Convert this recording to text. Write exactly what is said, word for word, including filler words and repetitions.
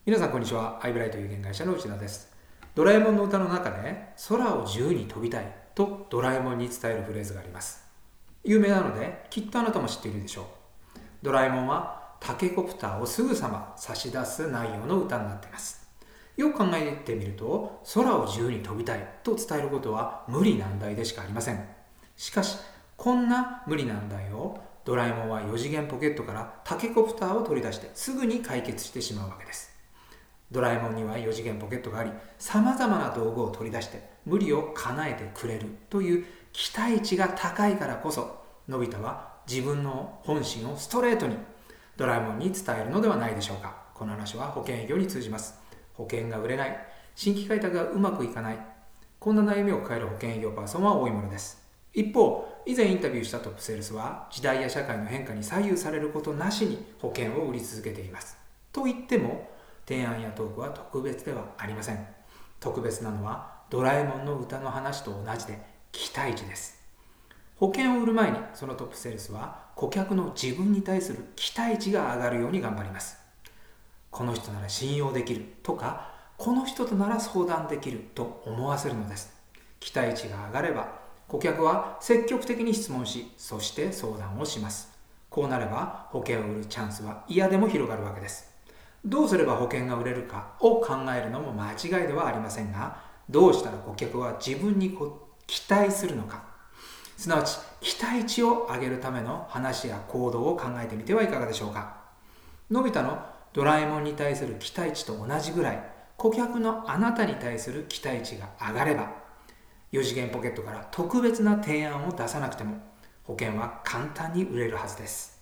皆さんこんにちは。アイブライト有限会社の内田です。ドラえもんの歌の中で空を自由に飛びたいとドラえもんに伝えるフレーズがあります。有名なのできっとあなたも知っているでしょう。ドラえもんはタケコプターをすぐさま差し出す内容の歌になっています。よく考えてみると、空を自由に飛びたいと伝えることは無理難題でしかありません。しかしこんな無理難題をドラえもんはよ次元ポケットからタケコプターを取り出してすぐに解決してしまうわけです。ドラえもんにはよ次元ポケットがあり、さまざまな道具を取り出して無理を叶えてくれるという期待値が高いからこそ、のび太は自分の本心をストレートにドラえもんに伝えるのではないでしょうか。この話は保険営業に通じます。保険が売れない、新規開拓がうまくいかない、こんな悩みを抱える保険営業パーソンは多いものです。一方、以前インタビューしたトップセールスは時代や社会の変化に左右されることなしに保険を売り続けています。と言っても提案やトークは特別ではありません。特別なのはドラえもんの歌の話と同じで期待値です。保険を売る前にそのトップセールスは顧客の自分に対する期待値が上がるように頑張ります。この人なら信用できるとか、この人となら相談できると思わせるのです。期待値が上がれば顧客は積極的に質問し、そして相談をします。こうなれば保険を売るチャンスは嫌でも広がるわけです。どうすれば保険が売れるかを考えるのも間違いではありませんが、どうしたら顧客は自分に期待するのか、すなわち期待値を上げるための話や行動を考えてみてはいかがでしょうか。のび太のドラえもんに対する期待値と同じぐらい顧客のあなたに対する期待値が上がれば、よ次元ポケットから特別な提案を出さなくても保険は簡単に売れるはずです。